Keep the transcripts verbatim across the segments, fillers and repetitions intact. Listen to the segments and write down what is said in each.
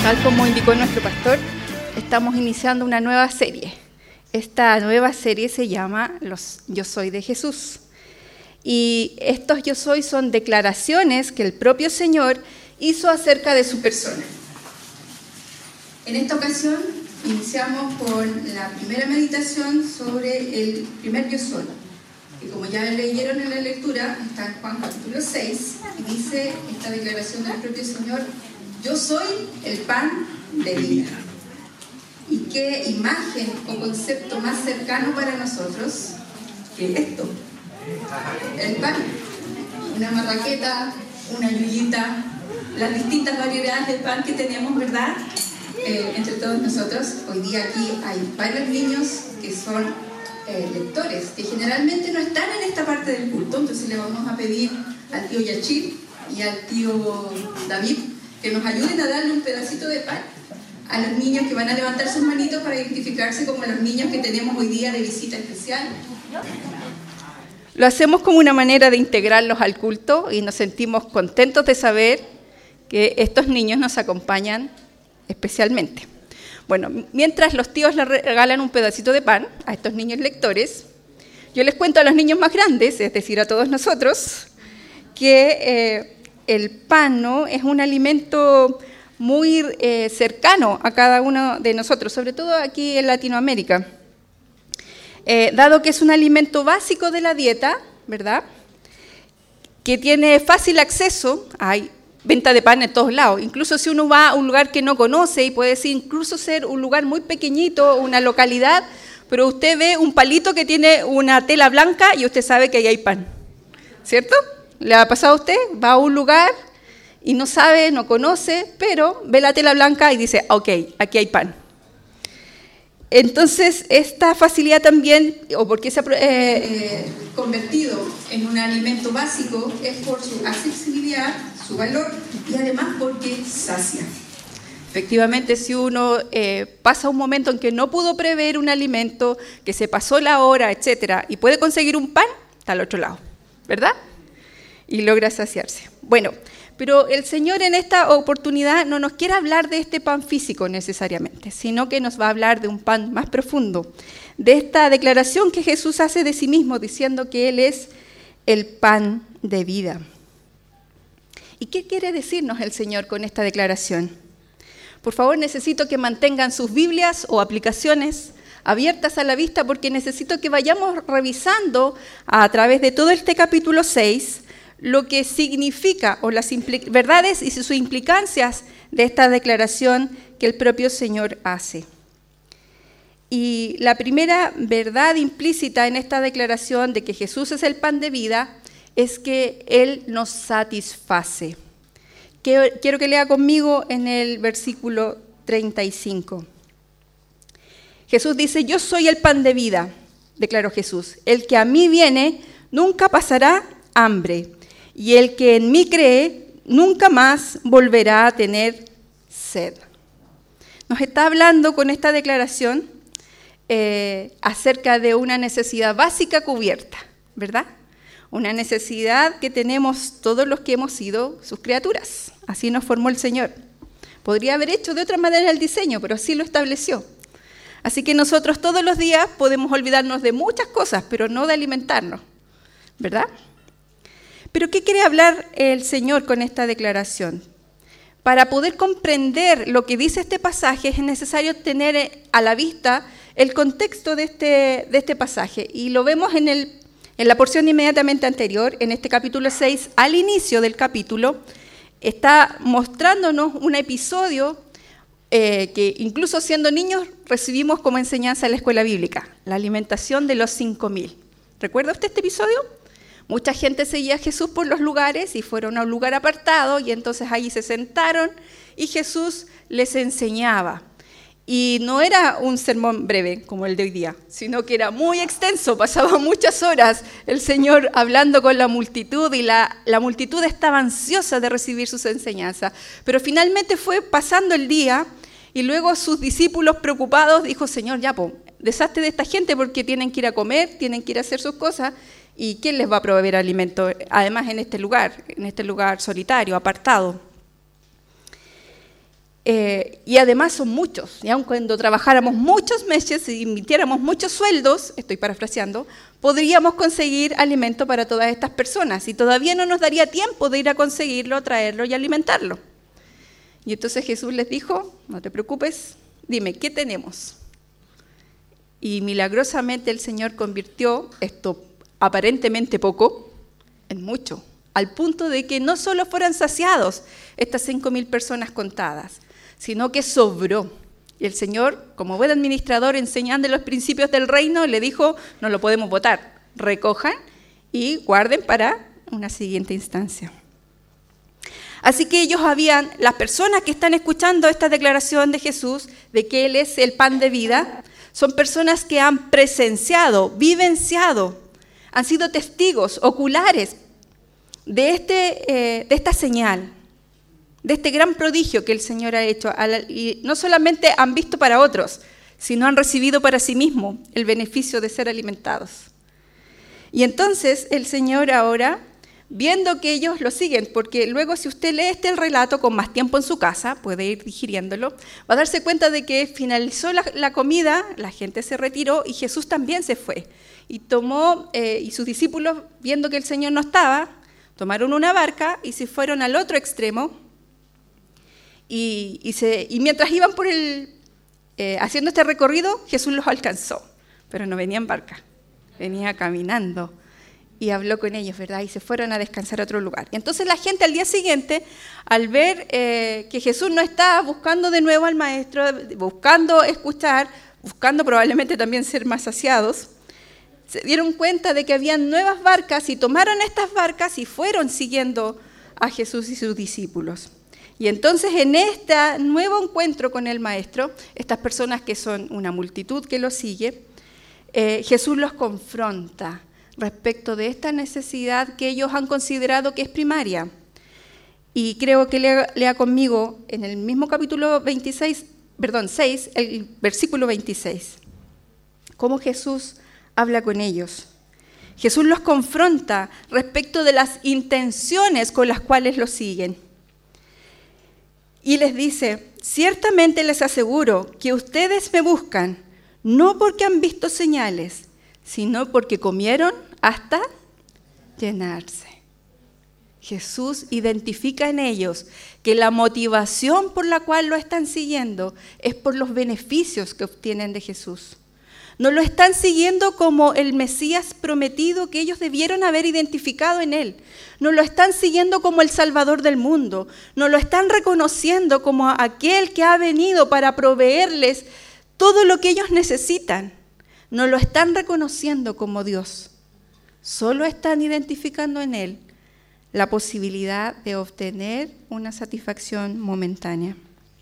Tal como indicó nuestro pastor, estamos iniciando una nueva serie. Esta nueva serie se llama Los Yo Soy de Jesús. Y estos Yo Soy son declaraciones que el propio Señor hizo acerca de su persona. En esta ocasión iniciamos con la primera meditación sobre el primer Yo Soy. Y como ya leyeron en la lectura, está en Juan capítulo seis, y dice esta declaración del propio Señor: yo soy el pan de vida. ¿Y qué imagen o concepto más cercano para nosotros que esto? El pan. Una marraqueta, una yuyita, las distintas variedades de pan que tenemos, ¿verdad? Eh, entre todos nosotros. Hoy día aquí hay varios niños que son eh, lectores, que generalmente no están en esta parte del culto. Entonces le vamos a pedir al tío Yachir y al tío David que nos ayuden a darle un pedacito de pan a los niños que van a levantar sus manitos para identificarse como los niños que tenemos hoy día de visita especial. Lo hacemos como una manera de integrarlos al culto y nos sentimos contentos de saber que estos niños nos acompañan especialmente. Bueno, mientras los tíos le regalan un pedacito de pan a estos niños lectores, yo les cuento a los niños más grandes, es decir, a todos nosotros, que eh, el pan, ¿no?, es un alimento muy eh, cercano a cada uno de nosotros, sobre todo aquí en Latinoamérica. Eh, dado que es un alimento básico de la dieta, ¿verdad?, que tiene fácil acceso, hay venta de pan en todos lados, incluso si uno va a un lugar que no conoce, y puede ser, incluso ser un lugar muy pequeñito, una localidad, pero usted ve un palito que tiene una tela blanca y usted sabe que ahí hay pan, ¿cierto? ¿Le ha pasado a usted? Va a un lugar y no sabe, no conoce, pero ve la tela blanca y dice, ok, aquí hay pan. Entonces, esta facilidad también, o porque se ha eh, eh, convertido en un alimento básico, es por su accesibilidad, su valor, y además porque sacia. Efectivamente, si uno eh, pasa un momento en que no pudo prever un alimento, que se pasó la hora, etcétera, y puede conseguir un pan, está al otro lado, ¿verdad? Y logra saciarse. Bueno, pero el Señor en esta oportunidad no nos quiere hablar de este pan físico necesariamente, sino que nos va a hablar de un pan más profundo, de esta declaración que Jesús hace de sí mismo, diciendo que Él es el pan de vida. ¿Y qué quiere decirnos el Señor con esta declaración? Por favor, necesito que mantengan sus Biblias o aplicaciones abiertas a la vista, porque necesito que vayamos revisando a través de todo este capítulo seis lo que significa, o las verdades y sus implicancias de esta declaración que el propio Señor hace. Y la primera verdad implícita en esta declaración de que Jesús es el pan de vida es que Él nos satisface. Quiero que lea conmigo en el versículo treinta y cinco. Jesús dice, yo soy el pan de vida, declaró Jesús. El que a mí viene nunca pasará hambre, y el que en mí cree nunca más volverá a tener sed. Nos está hablando con esta declaración eh, acerca de una necesidad básica cubierta, ¿verdad? Una necesidad que tenemos todos los que hemos sido sus criaturas. Así nos formó el Señor. Podría haber hecho de otra manera el diseño, pero así lo estableció. Así que nosotros todos los días podemos olvidarnos de muchas cosas, pero no de alimentarnos, ¿verdad? Pero ¿qué quiere hablar el Señor con esta declaración? Para poder comprender lo que dice este pasaje es necesario tener a la vista el contexto de este, de este pasaje. Y lo vemos en, el, en la porción inmediatamente anterior, en este capítulo seis, al inicio del capítulo, está mostrándonos un episodio eh, que incluso siendo niños recibimos como enseñanza en la escuela bíblica, la alimentación de los cinco mil. ¿Recuerda usted este episodio? Mucha gente seguía a Jesús por los lugares y fueron a un lugar apartado y entonces allí se sentaron y Jesús les enseñaba. Y no era un sermón breve como el de hoy día, sino que era muy extenso, pasaba muchas horas el Señor hablando con la multitud y la, la multitud estaba ansiosa de recibir sus enseñanzas. Pero finalmente fue pasando el día y luego sus discípulos preocupados dijo, Señor, ya, po, deshazte de esta gente porque tienen que ir a comer, tienen que ir a hacer sus cosas. ¿Y quién les va a proveer alimento? Además en este lugar, en este lugar solitario, apartado. Eh, y además son muchos, y aun cuando trabajáramos muchos meses y invirtiéramos muchos sueldos, estoy parafraseando, podríamos conseguir alimento para todas estas personas y todavía no nos daría tiempo de ir a conseguirlo, traerlo y alimentarlo. Y entonces Jesús les dijo, no te preocupes, dime, ¿qué tenemos? Y milagrosamente el Señor convirtió esto aparentemente poco en mucho, al punto de que no solo fueran saciados estas cinco mil personas contadas, sino que sobró. Y el Señor, como buen administrador, enseñando los principios del reino, le dijo, no lo podemos botar, recojan y guarden para una siguiente instancia. Así que ellos habían, las personas que están escuchando esta declaración de Jesús, de que Él es el pan de vida, son personas que han presenciado, vivenciado, han sido testigos oculares de, este, eh, de esta señal, de este gran prodigio que el Señor ha hecho. Y no solamente han visto para otros, sino han recibido para sí mismos el beneficio de ser alimentados. Y entonces el Señor ahora, viendo que ellos lo siguen, porque luego si usted lee este relato con más tiempo en su casa, puede ir digiriéndolo, va a darse cuenta de que finalizó la, la comida, la gente se retiró y Jesús también se fue. Y tomó, eh, y sus discípulos, viendo que el Señor no estaba, tomaron una barca y se fueron al otro extremo. Y, y, se, y mientras iban por el, eh, haciendo este recorrido, Jesús los alcanzó, pero no venía en barca, venía caminando y habló con ellos, ¿verdad? Y se fueron a descansar a otro lugar. Y entonces la gente al día siguiente, al ver eh, que Jesús no estaba buscando de nuevo al maestro, buscando escuchar, buscando probablemente también ser más saciados, se dieron cuenta de que habían nuevas barcas y tomaron estas barcas y fueron siguiendo a Jesús y sus discípulos. Y entonces en este nuevo encuentro con el Maestro, estas personas que son una multitud que lo sigue, eh, Jesús los confronta respecto de esta necesidad que ellos han considerado que es primaria. Y creo que lea, lea conmigo en el mismo capítulo veintiséis, perdón, seis, el versículo veintiséis, cómo Jesús habla con ellos. Jesús los confronta respecto de las intenciones con las cuales los siguen. Y les dice, ciertamente les aseguro que ustedes me buscan, no porque han visto señales, sino porque comieron hasta llenarse. Jesús identifica en ellos que la motivación por la cual lo están siguiendo es por los beneficios que obtienen de Jesús. No lo están siguiendo como el Mesías prometido que ellos debieron haber identificado en Él. No lo están siguiendo como el Salvador del mundo. No lo están reconociendo como aquel que ha venido para proveerles todo lo que ellos necesitan. No lo están reconociendo como Dios. Solo están identificando en Él la posibilidad de obtener una satisfacción momentánea.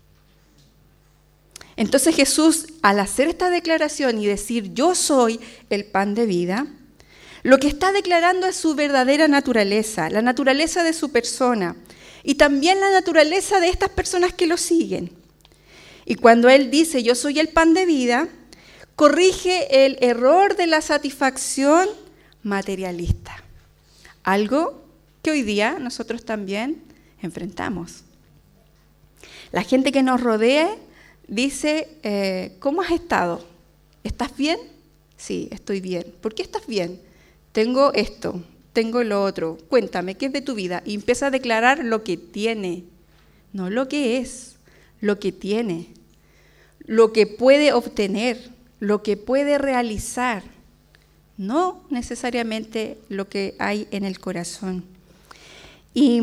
Entonces Jesús, al hacer esta declaración y decir, yo soy el pan de vida, lo que está declarando es su verdadera naturaleza, la naturaleza de su persona y también la naturaleza de estas personas que lo siguen. Y cuando Él dice, yo soy el pan de vida, corrige el error de la satisfacción materialista, algo que hoy día nosotros también enfrentamos. La gente que nos rodea dice, eh, ¿cómo has estado? ¿Estás bien? Sí, estoy bien. ¿Por qué estás bien? Tengo esto, tengo lo otro. Cuéntame, ¿qué es de tu vida? Y empieza a declarar lo que tiene, no lo que es, lo que tiene, lo que puede obtener, lo que puede realizar, no necesariamente lo que hay en el corazón. Y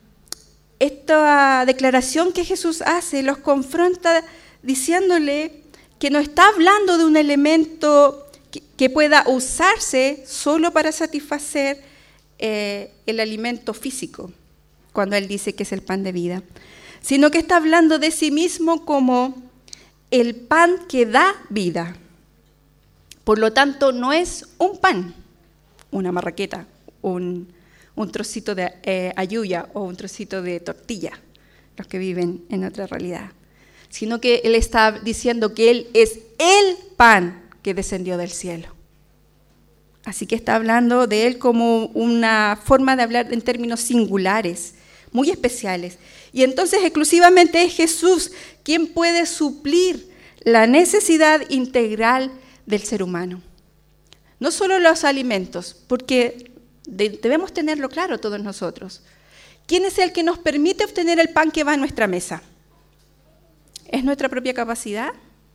esta declaración que Jesús hace los confronta diciéndole que no está hablando de un elemento que, que pueda usarse solo para satisfacer eh, el alimento físico, cuando Él dice que es el pan de vida, sino que está hablando de sí mismo como el pan que da vida. Por lo tanto, no es un pan, una marraqueta, un, un trocito de eh, ayuya o un trocito de tortilla, los que viven en otra realidad, sino que Él está diciendo que Él es el pan que descendió del cielo. Así que está hablando de Él como una forma de hablar en términos singulares, muy especiales. Y entonces exclusivamente es Jesús quien puede suplir la necesidad integral del ser humano. No solo los alimentos, porque debemos tenerlo claro todos nosotros. ¿Quién es el que nos permite obtener el pan que va a nuestra mesa? ¿Es nuestra propia capacidad?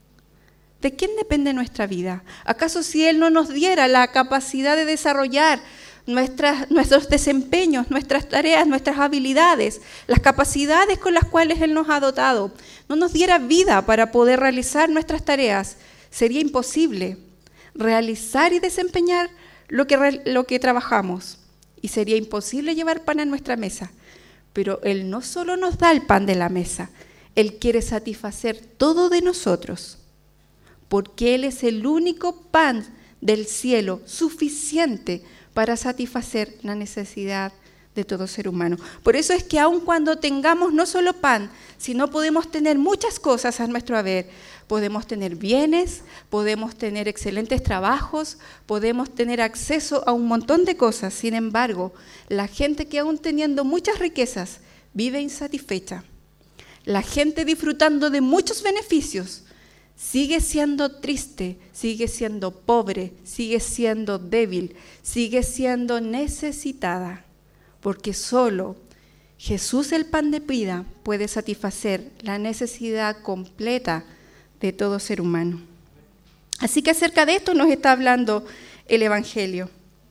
¿De quién depende nuestra vida? ¿Acaso si Él no nos diera la capacidad de desarrollar nuestras, nuestros desempeños, nuestras tareas, nuestras habilidades, las capacidades con las cuales Él nos ha dotado, no nos diera vida para poder realizar nuestras tareas, sería imposible realizar y desempeñar lo que, lo que trabajamos? Y sería imposible llevar pan a nuestra mesa. Pero Él no solo nos da el pan de la mesa, Él quiere satisfacer todo de nosotros, porque Él es el único pan del cielo suficiente para satisfacer la necesidad de todo ser humano. Por eso es que aun cuando tengamos no solo pan, sino podemos tener muchas cosas a nuestro haber, podemos tener bienes, podemos tener excelentes trabajos, podemos tener acceso a un montón de cosas. Sin embargo, la gente que aún teniendo muchas riquezas vive insatisfecha. La gente disfrutando de muchos beneficios sigue siendo triste, sigue siendo pobre, sigue siendo débil, sigue siendo necesitada, porque solo Jesús, el pan de vida, puede satisfacer la necesidad completa de todo ser humano. Así que acerca de esto nos está hablando el Evangelio.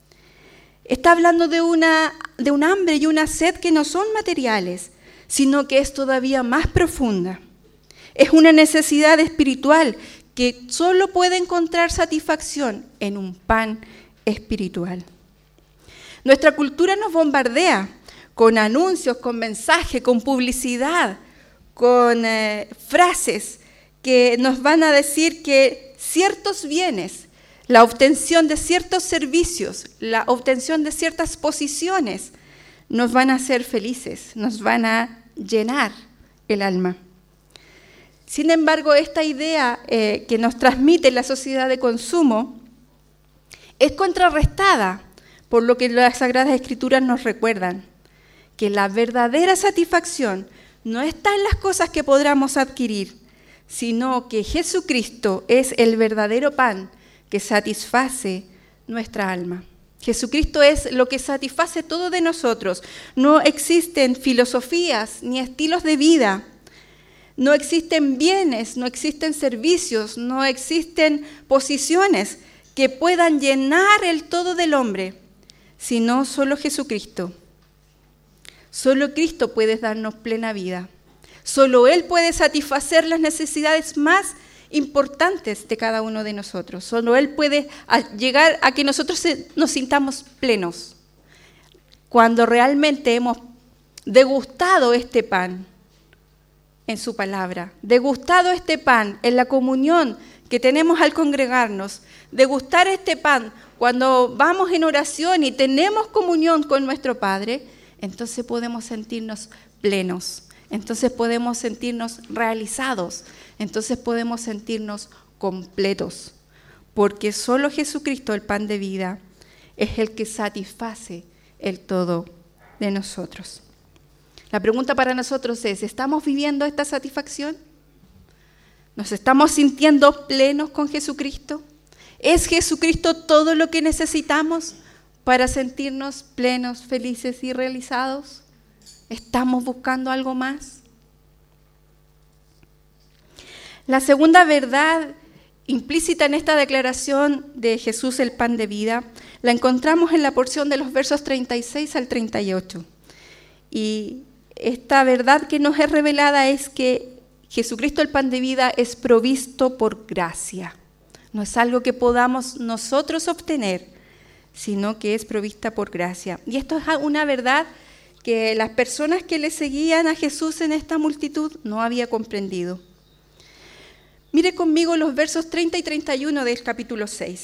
Está hablando de una, de un hambre y una sed que no son materiales, sino que es todavía más profunda. Es una necesidad espiritual que solo puede encontrar satisfacción en un pan espiritual. Nuestra cultura nos bombardea con anuncios, con mensajes, con publicidad, con eh, frases que nos van a decir que ciertos bienes, la obtención de ciertos servicios, la obtención de ciertas posiciones, nos van a hacer felices, nos van a llenar el alma. Sin embargo, esta idea eh, que nos transmite la sociedad de consumo es contrarrestada por lo que las Sagradas Escrituras nos recuerdan, que la verdadera satisfacción no está en las cosas que podamos adquirir, sino que Jesucristo es el verdadero pan que satisface nuestra alma. Jesucristo es lo que satisface todo de nosotros. No existen filosofías ni estilos de vida, no existen bienes, no existen servicios, no existen posiciones que puedan llenar el todo del hombre, sino solo Jesucristo. Solo Cristo puede darnos plena vida. Solo Él puede satisfacer las necesidades más importantes de cada uno de nosotros. Solo Él puede llegar a que nosotros nos sintamos plenos. Cuando realmente hemos degustado este pan en su palabra, degustado este pan en la comunión que tenemos al congregarnos, degustar este pan cuando vamos en oración y tenemos comunión con nuestro Padre, entonces podemos sentirnos plenos. Entonces podemos sentirnos realizados, entonces podemos sentirnos completos, porque solo Jesucristo, el pan de vida, es el que satisface el todo de nosotros. La pregunta para nosotros es, ¿estamos viviendo esta satisfacción? ¿Nos estamos sintiendo plenos con Jesucristo? ¿Es Jesucristo todo lo que necesitamos para sentirnos plenos, felices y realizados? ¿Estamos buscando algo más? La segunda verdad implícita en esta declaración de Jesús, el pan de vida, la encontramos en la porción de los versos treinta y seis al treinta y ocho. Y esta verdad que nos es revelada es que Jesucristo, el pan de vida, es provisto por gracia. No es algo que podamos nosotros obtener, sino que es provista por gracia. Y esto es una verdad que las personas que le seguían a Jesús en esta multitud no había comprendido. Mire conmigo los versos treinta y treinta y uno del capítulo seis.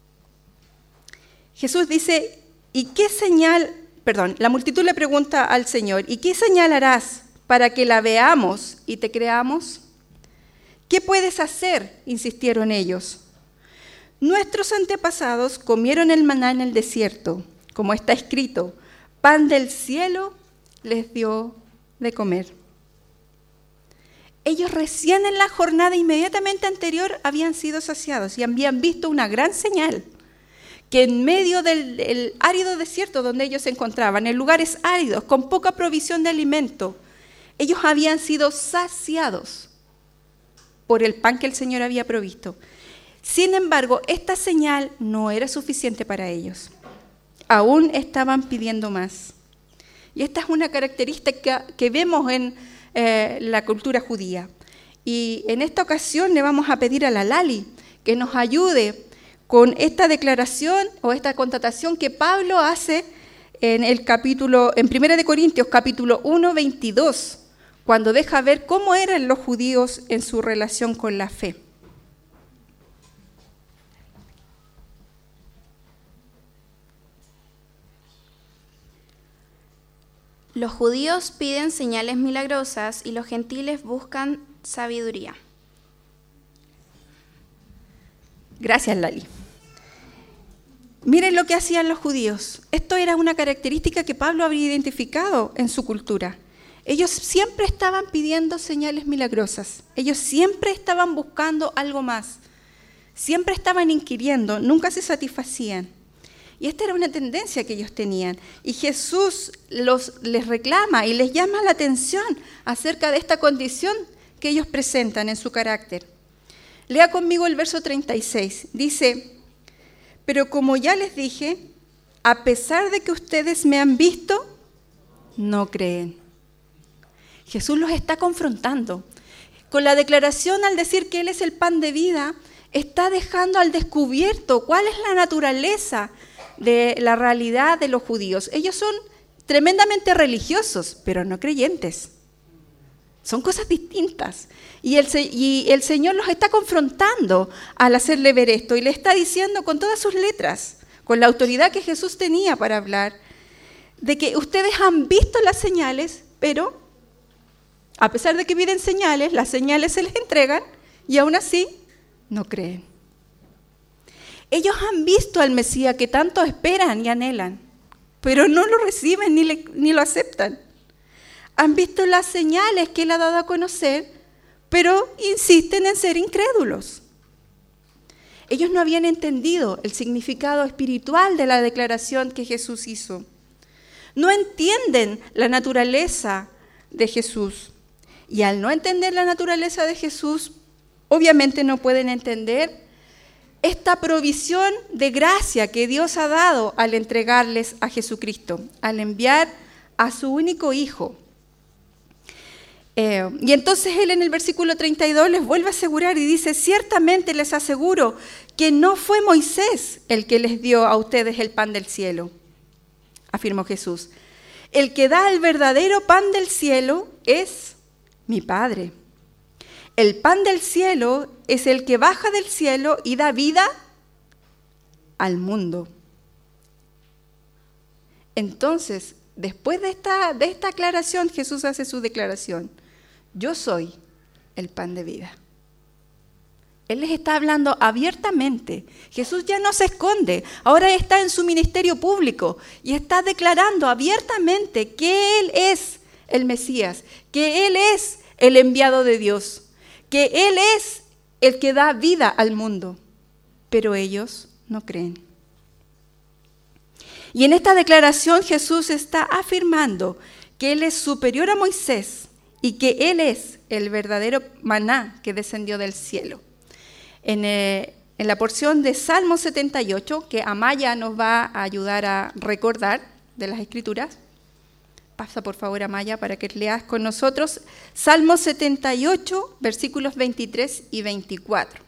Jesús dice, ¿y qué señal, perdón, la multitud le pregunta al Señor, ¿y qué señal harás para que la veamos y te creamos? ¿Qué puedes hacer?, insistieron ellos. Nuestros antepasados comieron el maná en el desierto, como está escrito, pan del cielo les dio de comer. Ellos recién en la jornada inmediatamente anterior habían sido saciados y habían visto una gran señal, que en medio del, del árido desierto donde ellos se encontraban, en lugares áridos, con poca provisión de alimento, ellos habían sido saciados por el pan que el Señor había provisto. Sin embargo, esta señal no era suficiente para ellos. Aún estaban pidiendo más. Y esta es una característica que vemos en eh, la cultura judía. Y en esta ocasión le vamos a pedir a la Lali que nos ayude con esta declaración o esta constatación que Pablo hace en el capítulo, en Primera de Corintios, capítulo uno, veintidós, cuando deja ver cómo eran los judíos en su relación con la fe. Los judíos piden señales milagrosas y los gentiles buscan sabiduría. Gracias, Lali. Miren lo que hacían los judíos. Esto era una característica que Pablo habría identificado en su cultura. Ellos siempre estaban pidiendo señales milagrosas. Ellos siempre estaban buscando algo más. Siempre estaban inquiriendo, nunca se satisfacían. Y esta era una tendencia que ellos tenían. Y Jesús los, les reclama y les llama la atención acerca de esta condición que ellos presentan en su carácter. Lea conmigo el verso treinta y seis. Dice, pero como ya les dije, a pesar de que ustedes me han visto, no creen. Jesús los está confrontando. Con la declaración al decir que Él es el pan de vida, está dejando al descubierto cuál es la naturaleza de la realidad de los judíos. Ellos son tremendamente religiosos, pero no creyentes. Son cosas distintas. Y el, y el Señor los está confrontando al hacerle ver esto y le está diciendo con todas sus letras, con la autoridad que Jesús tenía para hablar, de que ustedes han visto las señales, pero a pesar de que piden señales, las señales se les entregan y aún así no creen. Ellos han visto al Mesías que tanto esperan y anhelan, pero no lo reciben ni, le, ni lo aceptan. Han visto las señales que Él ha dado a conocer, pero insisten en ser incrédulos. Ellos no habían entendido el significado espiritual de la declaración que Jesús hizo. No entienden la naturaleza de Jesús. Y al no entender la naturaleza de Jesús, obviamente no pueden entender esta provisión de gracia que Dios ha dado al entregarles a Jesucristo, al enviar a su único Hijo. Eh, y entonces Él en el versículo treinta y dos les vuelve a asegurar y dice, ciertamente les aseguro que no fue Moisés el que les dio a ustedes el pan del cielo, afirmó Jesús. El que da el verdadero pan del cielo es mi Padre. El pan del cielo es el que baja del cielo y da vida al mundo. Entonces, después de esta, de esta aclaración, Jesús hace su declaración. Yo soy el pan de vida. Él les está hablando abiertamente. Jesús ya no se esconde. Ahora está en su ministerio público y está declarando abiertamente que Él es el Mesías, que Él es el enviado de Dios, que Él es el que da vida al mundo, pero ellos no creen. Y en esta declaración Jesús está afirmando que Él es superior a Moisés y que Él es el verdadero maná que descendió del cielo. En, eh, en la porción de Salmo setenta y ocho, que Amaya nos va a ayudar a recordar de las Escrituras, pasa por favor, Amaya, para que leas con nosotros. Salmo setenta y ocho, versículos veintitrés y veinticuatro.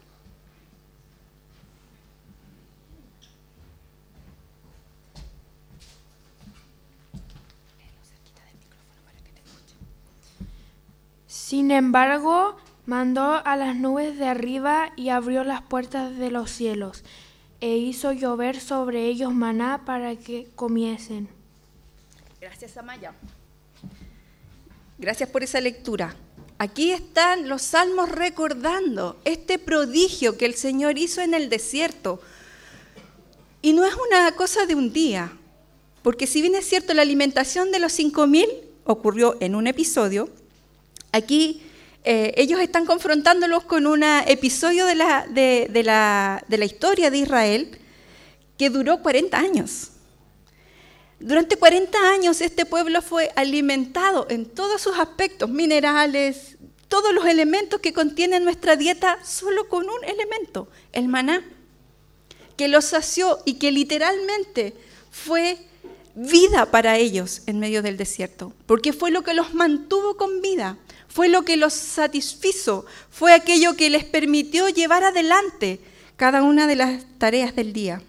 Sin embargo, mandó a las nubes de arriba y abrió las puertas de los cielos, e hizo llover sobre ellos maná para que comiesen. Gracias, Amaya. Gracias por esa lectura. Aquí están los salmos recordando este prodigio que el Señor hizo en el desierto. Y no es una cosa de un día, porque si bien es cierto la alimentación de los cinco mil ocurrió en un episodio. Aquí eh, ellos están confrontándolos con un episodio de la, de, de, la, de la historia de Israel que duró cuarenta años. Durante cuarenta años este pueblo fue alimentado en todos sus aspectos, minerales, todos los elementos que contiene nuestra dieta, solo con un elemento, el maná, que los sació y que literalmente fue vida para ellos en medio del desierto, porque fue lo que los mantuvo con vida, fue lo que los satisfizo, fue aquello que les permitió llevar adelante cada una de las tareas del día.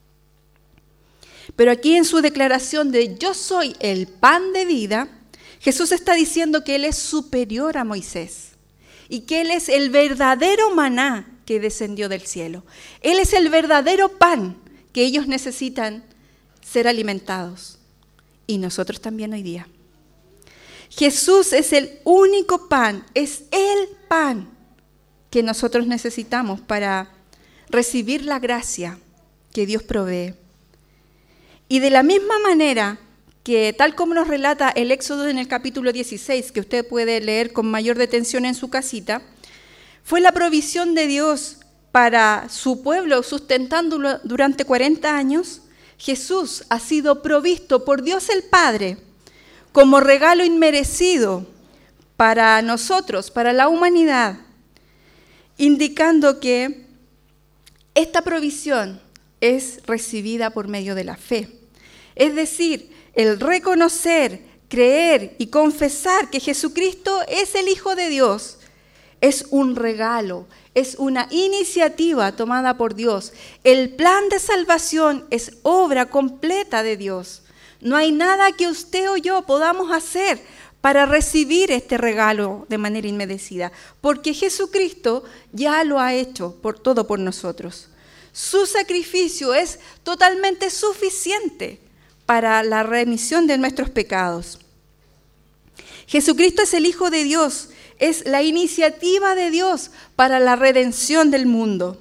Pero aquí en su declaración de yo soy el pan de vida, Jesús está diciendo que Él es superior a Moisés y que Él es el verdadero maná que descendió del cielo. Él es el verdadero pan que ellos necesitan ser alimentados. Y nosotros también hoy día. Jesús es el único pan, es el pan que nosotros necesitamos para recibir la gracia que Dios provee. Y de la misma manera que, tal como nos relata el Éxodo en el capítulo dieciséis, que usted puede leer con mayor detención en su casita, fue la provisión de Dios para su pueblo sustentándolo durante cuarenta años. Jesús ha sido provisto por Dios el Padre como regalo inmerecido para nosotros, para la humanidad, indicando que esta provisión es recibida por medio de la fe. Es decir, el reconocer, creer y confesar que Jesucristo es el Hijo de Dios es un regalo, es una iniciativa tomada por Dios. El plan de salvación es obra completa de Dios. No hay nada que usted o yo podamos hacer para recibir este regalo de manera inmerecida, porque Jesucristo ya lo ha hecho por todo por nosotros. Su sacrificio es totalmente suficiente para la remisión de nuestros pecados. Jesucristo es el Hijo de Dios, es la iniciativa de Dios para la redención del mundo.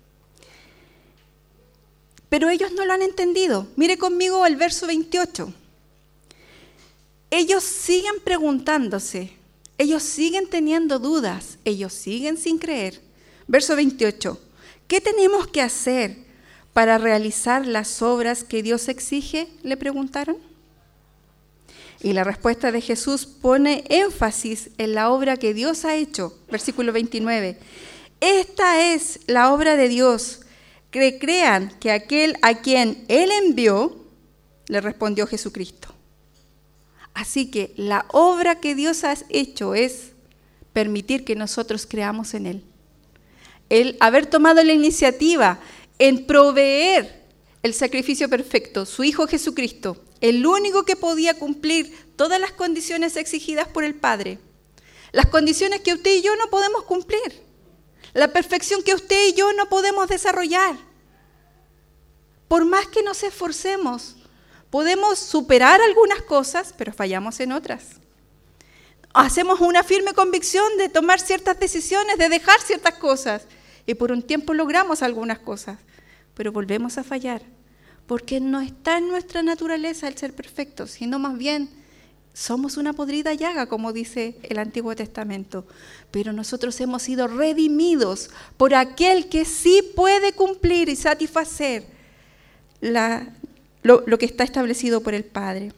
Pero ellos no lo han entendido. Mire conmigo el verso veintiocho. Ellos siguen preguntándose, ellos siguen teniendo dudas, ellos siguen sin creer. Verso veintiocho. ¿Qué tenemos que hacer para realizar las obras que Dios exige?, le preguntaron. Y la respuesta de Jesús pone énfasis en la obra que Dios ha hecho. Versículo veintinueve. Esta es la obra de Dios, que crean que aquel a quien Él envió, le respondió Jesucristo. Así que la obra que Dios ha hecho es permitir que nosotros creamos en Él. El haber tomado la iniciativa en proveer el sacrificio perfecto, su Hijo Jesucristo, el único que podía cumplir todas las condiciones exigidas por el Padre. Las condiciones que usted y yo no podemos cumplir. La perfección que usted y yo no podemos desarrollar. Por más que nos esforcemos, podemos superar algunas cosas, pero fallamos en otras. Hacemos una firme convicción de tomar ciertas decisiones, de dejar ciertas cosas, y por un tiempo logramos algunas cosas, pero volvemos a fallar, porque no está en nuestra naturaleza el ser perfectos, sino más bien somos una podrida llaga, como dice el Antiguo Testamento. Pero nosotros hemos sido redimidos por aquel que sí puede cumplir y satisfacer la, lo, lo que está establecido por el Padre.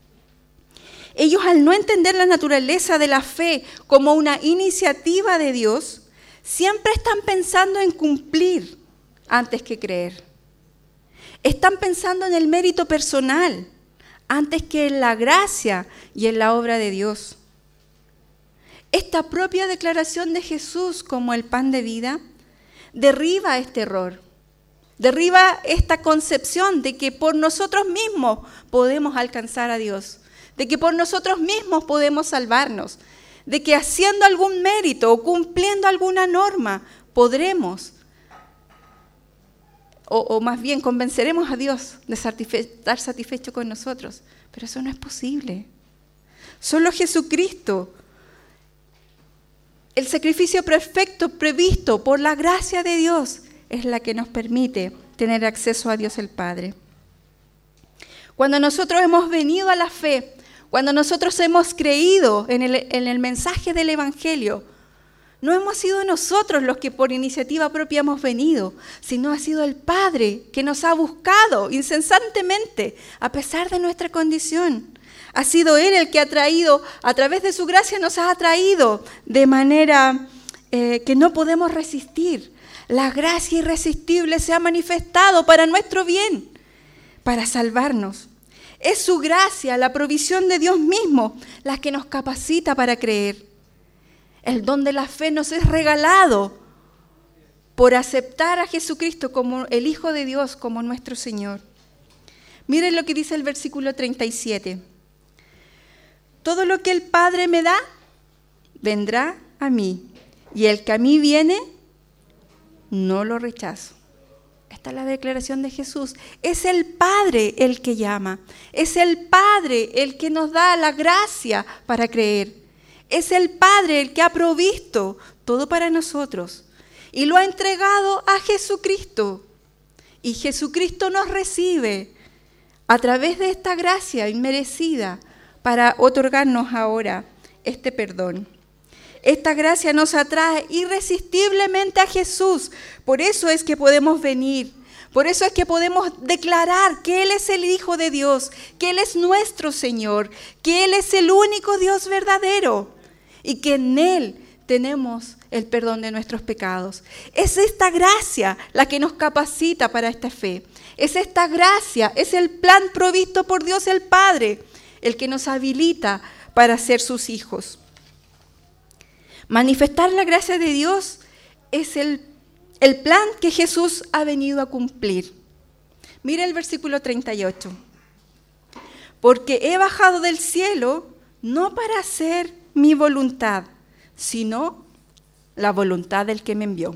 Ellos, al no entender la naturaleza de la fe como una iniciativa de Dios, siempre están pensando en cumplir antes que creer. Están pensando en el mérito personal antes que en la gracia y en la obra de Dios. Esta propia declaración de Jesús como el pan de vida derriba este error, derriba esta concepción de que por nosotros mismos podemos alcanzar a Dios, de que por nosotros mismos podemos salvarnos, de que haciendo algún mérito o cumpliendo alguna norma podremos, o, o más bien convenceremos a Dios de satisfe- estar satisfecho con nosotros. Pero eso no es posible. Solo Jesucristo, el sacrificio perfecto previsto por la gracia de Dios, es la que nos permite tener acceso a Dios el Padre. Cuando nosotros hemos venido a la fe, Cuando nosotros hemos creído en el, en el mensaje del Evangelio, no hemos sido nosotros los que por iniciativa propia hemos venido, sino ha sido el Padre que nos ha buscado incesantemente a pesar de nuestra condición. Ha sido Él el que ha traído, a través de su gracia nos ha traído de manera eh, que no podemos resistir. La gracia irresistible se ha manifestado para nuestro bien, para salvarnos. Es su gracia, la provisión de Dios mismo, la que nos capacita para creer. El don de la fe nos es regalado por aceptar a Jesucristo como el Hijo de Dios, como nuestro Señor. Miren lo que dice el versículo treinta y siete. Todo lo que el Padre me da, vendrá a mí, y el que a mí viene, no lo rechazo. Esta es la declaración de Jesús. Es el Padre el que llama. Es el Padre el que nos da la gracia para creer. Es el Padre el que ha provisto todo para nosotros y lo ha entregado a Jesucristo. Y Jesucristo nos recibe a través de esta gracia inmerecida para otorgarnos ahora este perdón. Esta gracia nos atrae irresistiblemente a Jesús. Por eso es que podemos venir. Por eso es que podemos declarar que Él es el Hijo de Dios, que Él es nuestro Señor, que Él es el único Dios verdadero y que en Él tenemos el perdón de nuestros pecados. Es esta gracia la que nos capacita para esta fe. Es esta gracia, es el plan provisto por Dios el Padre, el que nos habilita para ser sus hijos. Manifestar la gracia de Dios es el, el plan que Jesús ha venido a cumplir. Mira el versículo treinta y ocho. Porque he bajado del cielo no para hacer mi voluntad, sino la voluntad del que me envió.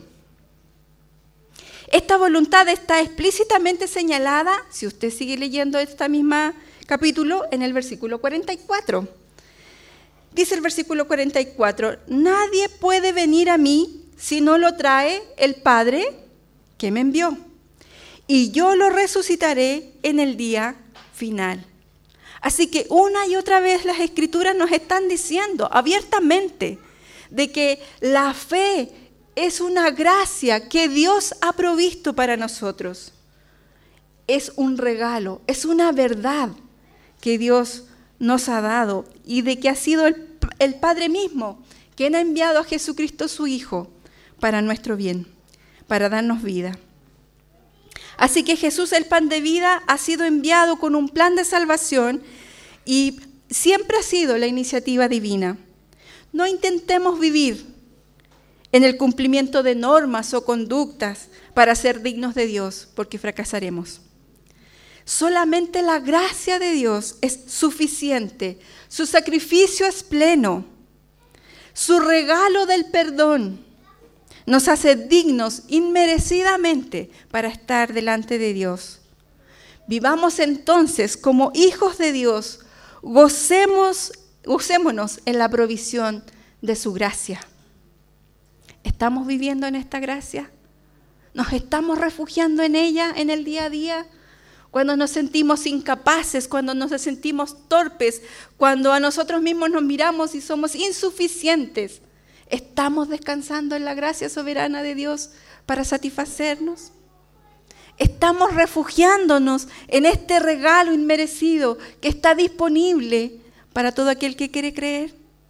Esta voluntad está explícitamente señalada, si usted sigue leyendo este mismo capítulo, en el versículo cuarenta y cuatro. Dice el versículo cuarenta y cuatro, nadie puede venir a mí si no lo trae el Padre que me envió, y yo lo resucitaré en el día final. Así que una y otra vez las Escrituras nos están diciendo abiertamente de que la fe es una gracia que Dios ha provisto para nosotros. Es un regalo, es una verdad que Dios nos ha dado y de que ha sido el, el Padre mismo quien ha enviado a Jesucristo su Hijo para nuestro bien, para darnos vida. Así que Jesús, el pan de vida, ha sido enviado con un plan de salvación y siempre ha sido la iniciativa divina. No intentemos vivir en el cumplimiento de normas o conductas para ser dignos de Dios, porque fracasaremos. Solamente la gracia de Dios es suficiente. Su sacrificio es pleno. Su regalo del perdón nos hace dignos inmerecidamente para estar delante de Dios. Vivamos entonces como hijos de Dios. Gocemos, gocémonos en la provisión de su gracia. ¿Estamos viviendo en esta gracia? ¿Nos estamos refugiando en ella en el día a día? Cuando nos sentimos incapaces, cuando nos sentimos torpes, cuando a nosotros mismos nos miramos y somos insuficientes, ¿estamos descansando en la gracia soberana de Dios para satisfacernos? ¿Estamos refugiándonos en este regalo inmerecido que está disponible para todo aquel que quiere creer?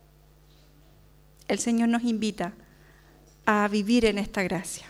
El Señor nos invita a vivir en esta gracia.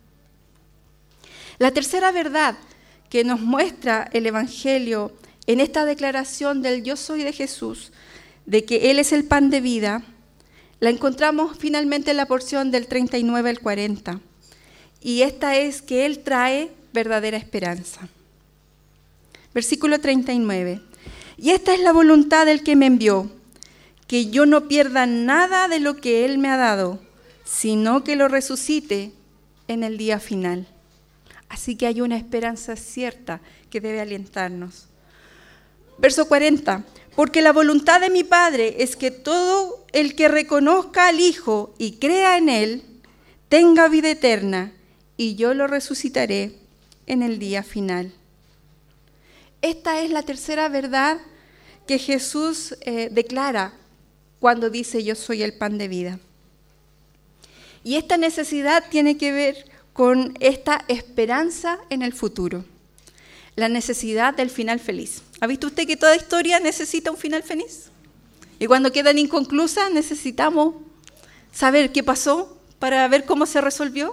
La tercera verdad que nos muestra el Evangelio en esta declaración del yo soy de Jesús, de que Él es el pan de vida, la encontramos finalmente en la porción del treinta y nueve al cuarenta. Y esta es que Él trae verdadera esperanza. Versículo treinta y nueve. Y esta es la voluntad del que me envió, que yo no pierda nada de lo que Él me ha dado, sino que lo resucite en el día final. Así que hay una esperanza cierta que debe alentarnos. Verso cuarenta. Porque la voluntad de mi Padre es que todo el que reconozca al Hijo y crea en Él, tenga vida eterna, y yo lo resucitaré en el día final. Esta es la tercera verdad que Jesús eh, declara cuando dice yo soy el pan de vida. Y esta necesidad tiene que ver con esta esperanza en el futuro, la necesidad del final feliz. ¿Ha visto usted que toda historia necesita un final feliz? Y cuando quedan inconclusas necesitamos saber qué pasó para ver cómo se resolvió.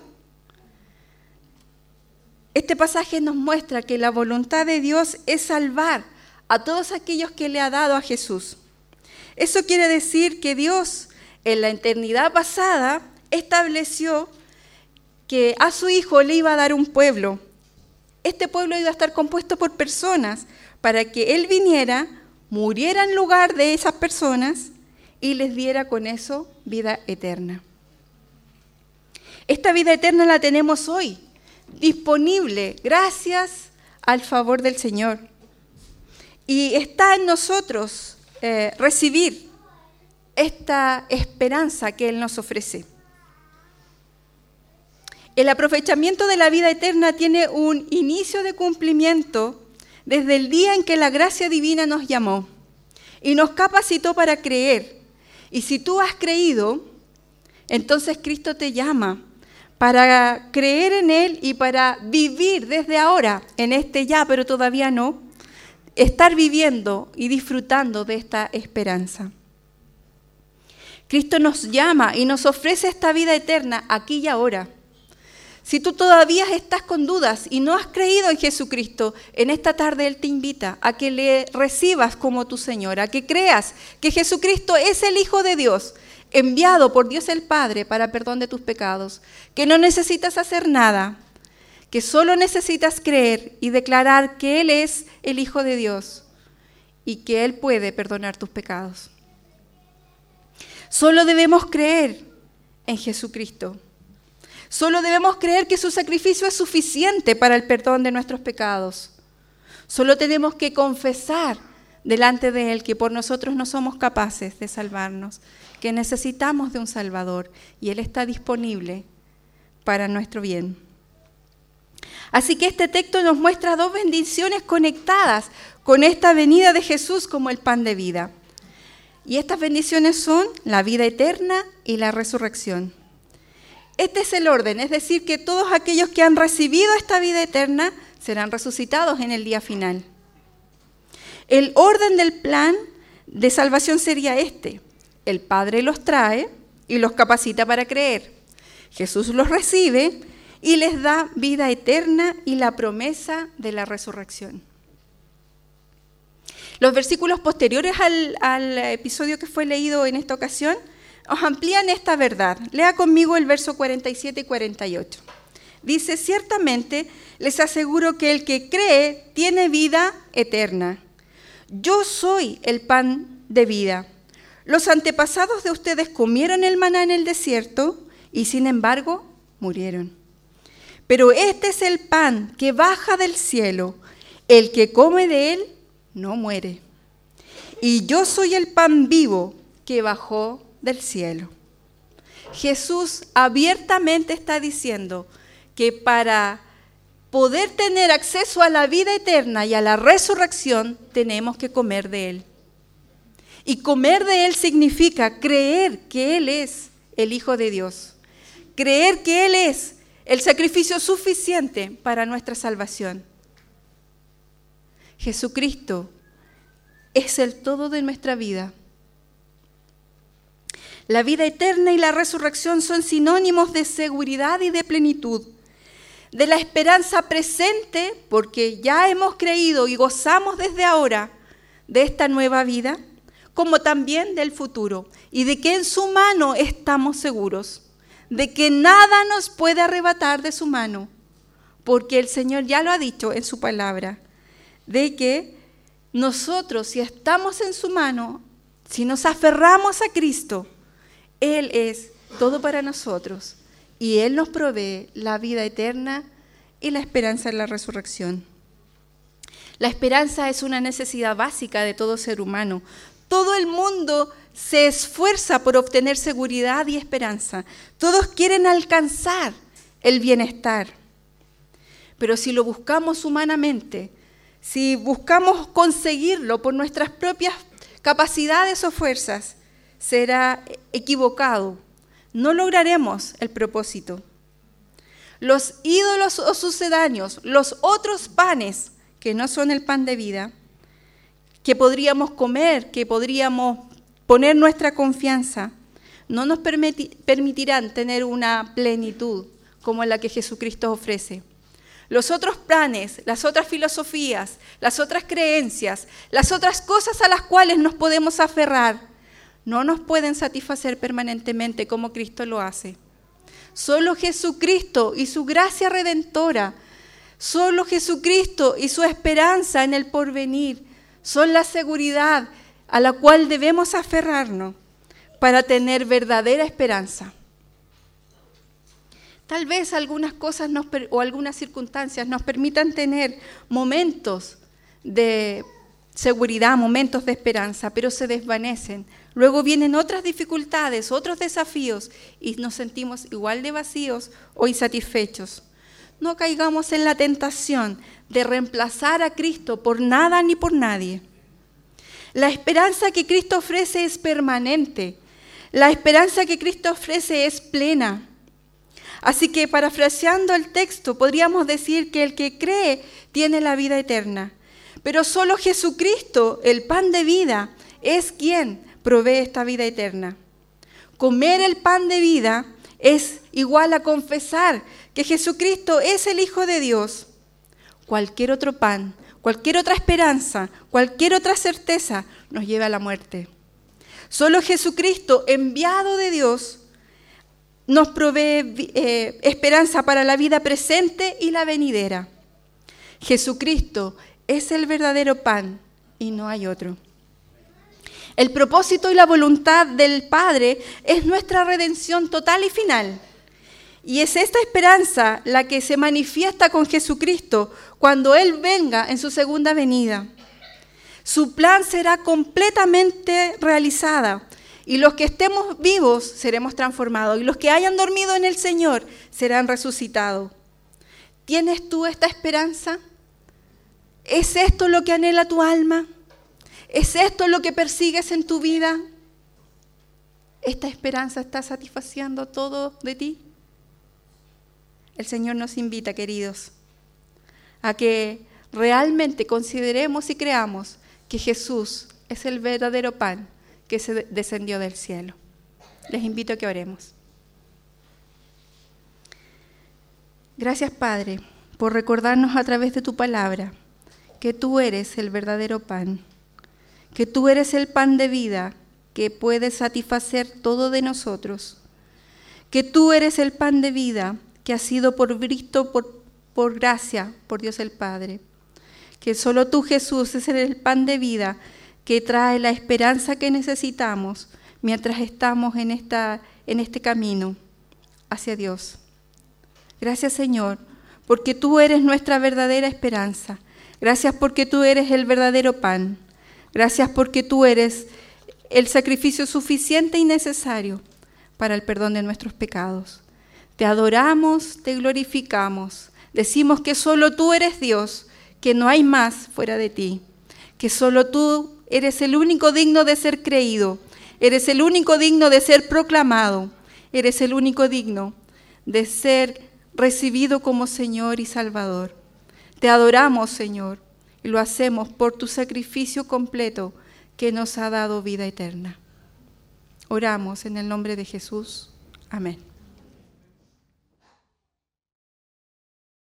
Este pasaje nos muestra que la voluntad de Dios es salvar a todos aquellos que le ha dado a Jesús. Eso quiere decir que Dios en la eternidad pasada estableció que a su Hijo le iba a dar un pueblo. Este pueblo iba a estar compuesto por personas para que Él viniera, muriera en lugar de esas personas y les diera con eso vida eterna. Esta vida eterna la tenemos hoy, disponible gracias al favor del Señor. Y está en nosotros eh, recibir esta esperanza que Él nos ofrece. El aprovechamiento de la vida eterna tiene un inicio de cumplimiento desde el día en que la gracia divina nos llamó y nos capacitó para creer. Y si tú has creído, entonces Cristo te llama para creer en Él y para vivir desde ahora, en este ya, pero todavía no, estar viviendo y disfrutando de esta esperanza. Cristo nos llama y nos ofrece esta vida eterna aquí y ahora. Si tú todavía estás con dudas y no has creído en Jesucristo, en esta tarde Él te invita a que le recibas como tu Señor, a que creas que Jesucristo es el Hijo de Dios, enviado por Dios el Padre para perdón de tus pecados, que no necesitas hacer nada, que solo necesitas creer y declarar que Él es el Hijo de Dios y que Él puede perdonar tus pecados. Solo debemos creer en Jesucristo. Solo debemos creer que su sacrificio es suficiente para el perdón de nuestros pecados. Solo tenemos que confesar delante de Él que por nosotros no somos capaces de salvarnos, que necesitamos de un Salvador y Él está disponible para nuestro bien. Así que este texto nos muestra dos bendiciones conectadas con esta venida de Jesús como el pan de vida. Y estas bendiciones son la vida eterna y la resurrección. Este es el orden, es decir, que todos aquellos que han recibido esta vida eterna serán resucitados en el día final. El orden del plan de salvación sería este. El Padre los trae y los capacita para creer. Jesús los recibe y les da vida eterna y la promesa de la resurrección. Los versículos posteriores al, al episodio que fue leído en esta ocasión os amplían esta verdad. Lea conmigo el verso cuarenta y siete y cuarenta y ocho. Dice, ciertamente les aseguro que el que cree tiene vida eterna. Yo soy el pan de vida. Los antepasados de ustedes comieron el maná en el desierto y sin embargo murieron. Pero este es el pan que baja del cielo. El que come de él no muere. Y yo soy el pan vivo que bajó del cielo. Jesús abiertamente está diciendo que para poder tener acceso a la vida eterna y a la resurrección, tenemos que comer de Él. Y comer de Él significa creer que Él es el Hijo de Dios. Creer que Él es el sacrificio suficiente para nuestra salvación. Jesucristo es el todo de nuestra vida. La vida eterna y la resurrección son sinónimos de seguridad y de plenitud, de la esperanza presente, porque ya hemos creído y gozamos desde ahora de esta nueva vida, como también del futuro, y de que en su mano estamos seguros, de que nada nos puede arrebatar de su mano, porque el Señor ya lo ha dicho en su palabra, de que nosotros, si estamos en su mano, si nos aferramos a Cristo, Él es todo para nosotros y Él nos provee la vida eterna y la esperanza en la resurrección. La esperanza es una necesidad básica de todo ser humano. Todo el mundo se esfuerza por obtener seguridad y esperanza. Todos quieren alcanzar el bienestar. Pero si lo buscamos humanamente, si buscamos conseguirlo por nuestras propias capacidades o fuerzas, será equivocado. No lograremos el propósito. Los ídolos o sucedáneos, los otros panes que no son el pan de vida, que podríamos comer, que podríamos poner nuestra confianza, no nos permiti- permitirán tener una plenitud como la que Jesucristo ofrece. Los otros planes, las otras filosofías, las otras creencias, las otras cosas a las cuales nos podemos aferrar, no nos pueden satisfacer permanentemente como Cristo lo hace. Solo Jesucristo y su gracia redentora, solo Jesucristo y su esperanza en el porvenir son la seguridad a la cual debemos aferrarnos para tener verdadera esperanza. Tal vez algunas cosas nos, o algunas circunstancias nos permitan tener momentos de seguridad, momentos de esperanza, pero se desvanecen. Luego vienen otras dificultades, otros desafíos y nos sentimos igual de vacíos o insatisfechos. No caigamos en la tentación de reemplazar a Cristo por nada ni por nadie. La esperanza que Cristo ofrece es permanente. La esperanza que Cristo ofrece es plena. Así que, parafraseando el texto, podríamos decir que el que cree tiene la vida eterna. Pero solo Jesucristo, el pan de vida, es quien provee esta vida eterna. Comer el pan de vida es igual a confesar que Jesucristo es el Hijo de Dios. Cualquier otro pan, cualquier otra esperanza, cualquier otra certeza nos lleva a la muerte. Solo Jesucristo, enviado de Dios, nos provee eh, esperanza para la vida presente y la venidera. Jesucristo es el verdadero pan y no hay otro. El propósito y la voluntad del Padre es nuestra redención total y final. Y es esta esperanza la que se manifiesta con Jesucristo cuando Él venga en su segunda venida. Su plan será completamente realizado y los que estemos vivos seremos transformados y los que hayan dormido en el Señor serán resucitados. ¿Tienes tú esta esperanza? ¿Es esto lo que anhela tu alma? ¿Es esto lo que persigues en tu vida? ¿Esta esperanza está satisfaciendo todo de ti? El Señor nos invita, queridos, a que realmente consideremos y creamos que Jesús es el verdadero pan que se descendió del cielo. Les invito a que oremos. Gracias, Padre, por recordarnos a través de tu palabra que tú eres el verdadero pan, que tú eres el pan de vida que puede satisfacer todo de nosotros, que tú eres el pan de vida que ha sido provisto por, por gracia por Dios el Padre, que solo tú, Jesús, es el pan de vida que trae la esperanza que necesitamos mientras estamos en, esta, en este camino hacia Dios. Gracias, Señor, porque tú eres nuestra verdadera esperanza. Gracias porque tú eres el verdadero pan. Gracias porque tú eres el sacrificio suficiente y necesario para el perdón de nuestros pecados. Te adoramos, te glorificamos. Decimos que solo tú eres Dios, que no hay más fuera de ti, que solo tú eres el único digno de ser creído, eres el único digno de ser proclamado, eres el único digno de ser recibido como Señor y Salvador. Te adoramos, Señor, y lo hacemos por tu sacrificio completo que nos ha dado vida eterna. Oramos en el nombre de Jesús. Amén.